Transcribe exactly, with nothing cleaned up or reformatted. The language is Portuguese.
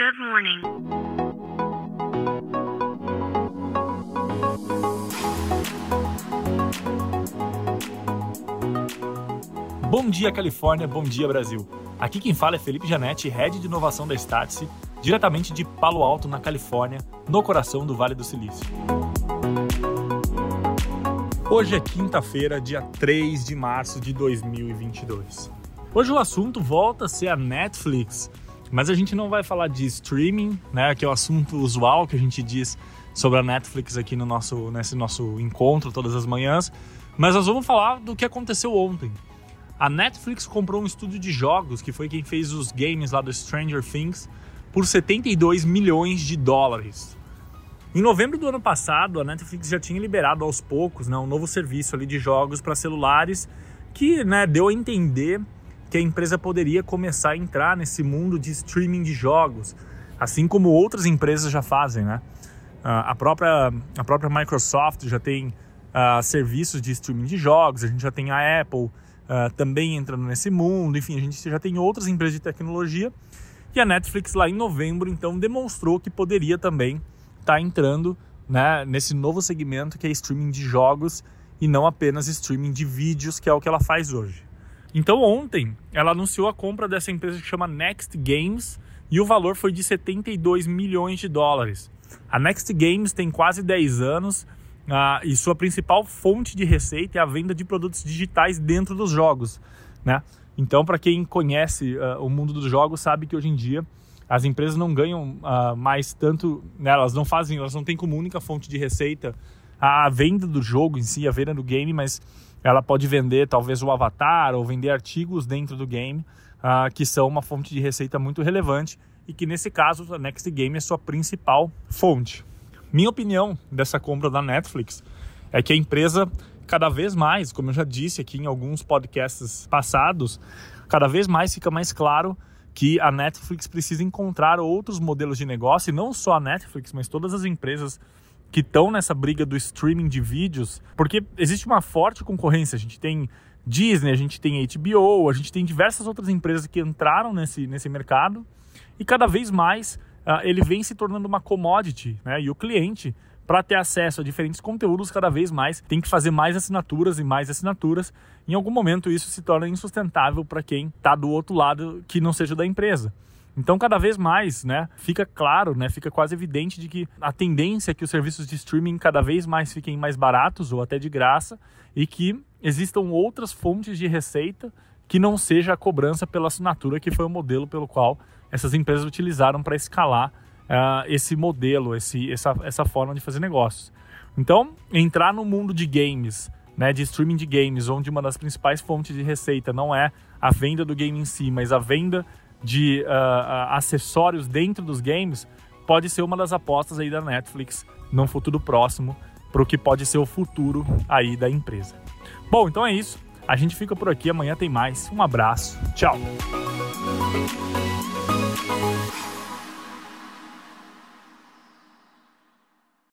Good morning. Bom dia, Califórnia. Bom dia, Brasil. Aqui quem fala é Felipe Janetti, Head de Inovação da Startse, diretamente de Palo Alto, na Califórnia, no coração do Vale do Silício. Hoje é quinta-feira, dia três de março de dois mil e vinte e dois. Hoje o assunto volta a ser a Netflix, mas a gente não vai falar de streaming, né, que é o assunto usual que a gente diz sobre a Netflix aqui no nosso, nesse nosso encontro todas as manhãs, mas nós vamos falar do que aconteceu ontem. A Netflix comprou um estúdio de jogos, que foi quem fez os games lá do Stranger Things, por setenta e dois milhões de dólares. Em novembro do ano passado, a Netflix já tinha liberado aos poucos, né, um novo serviço ali de jogos para celulares, que, né, deu a entender que a empresa poderia começar a entrar nesse mundo de streaming de jogos, assim como outras empresas já fazem, né? A própria, a própria Microsoft já tem uh, serviços de streaming de jogos, a gente já tem a Apple uh, também entrando nesse mundo, enfim, a gente já tem outras empresas de tecnologia, e a Netflix lá em novembro, então, demonstrou que poderia também estar tá entrando, né, nesse novo segmento que é streaming de jogos e não apenas streaming de vídeos, que é o que ela faz hoje. Então ontem ela anunciou a compra dessa empresa que chama Next Games e o valor foi de setenta e dois milhões de dólares. A Next Games tem quase dez anos uh, e sua principal fonte de receita é a venda de produtos digitais dentro dos jogos, né? Então, para quem conhece uh, o mundo dos jogos, sabe que hoje em dia as empresas não ganham uh, mais tanto, né? Elas não fazem, elas não têm como única fonte de receita a venda do jogo em si, a venda do game, mas ela pode vender talvez o avatar ou vender artigos dentro do game, uh, que são uma fonte de receita muito relevante e que nesse caso a Next Game é sua principal fonte. Minha opinião dessa compra da Netflix é que a empresa cada vez mais, como eu já disse aqui em alguns podcasts passados, cada vez mais fica mais claro que a Netflix precisa encontrar outros modelos de negócio, e não só a Netflix, mas todas as empresas que estão nessa briga do streaming de vídeos, porque existe uma forte concorrência. A gente tem Disney, a gente tem H B O, a gente tem diversas outras empresas que entraram nesse, nesse mercado e cada vez mais uh, ele vem se tornando uma commodity, né? E o cliente, para ter acesso a diferentes conteúdos, cada vez mais tem que fazer mais assinaturas e mais assinaturas. Em algum momento isso se torna insustentável para quem está do outro lado que não seja da empresa. Então, cada vez mais, né, fica claro, né, fica quase evidente de que a tendência é que os serviços de streaming cada vez mais fiquem mais baratos ou até de graça e que existam outras fontes de receita que não seja a cobrança pela assinatura, que foi o modelo pelo qual essas empresas utilizaram para escalar uh, esse modelo, esse, essa, essa forma de fazer negócios. Então, entrar no mundo de games, né, de streaming de games, onde uma das principais fontes de receita não é a venda do game em si, mas a venda de uh, uh, acessórios dentro dos games, pode ser uma das apostas aí da Netflix num futuro próximo para o que pode ser o futuro aí da empresa. Bom, então é isso. A gente fica por aqui. Amanhã tem mais. Um abraço. Tchau.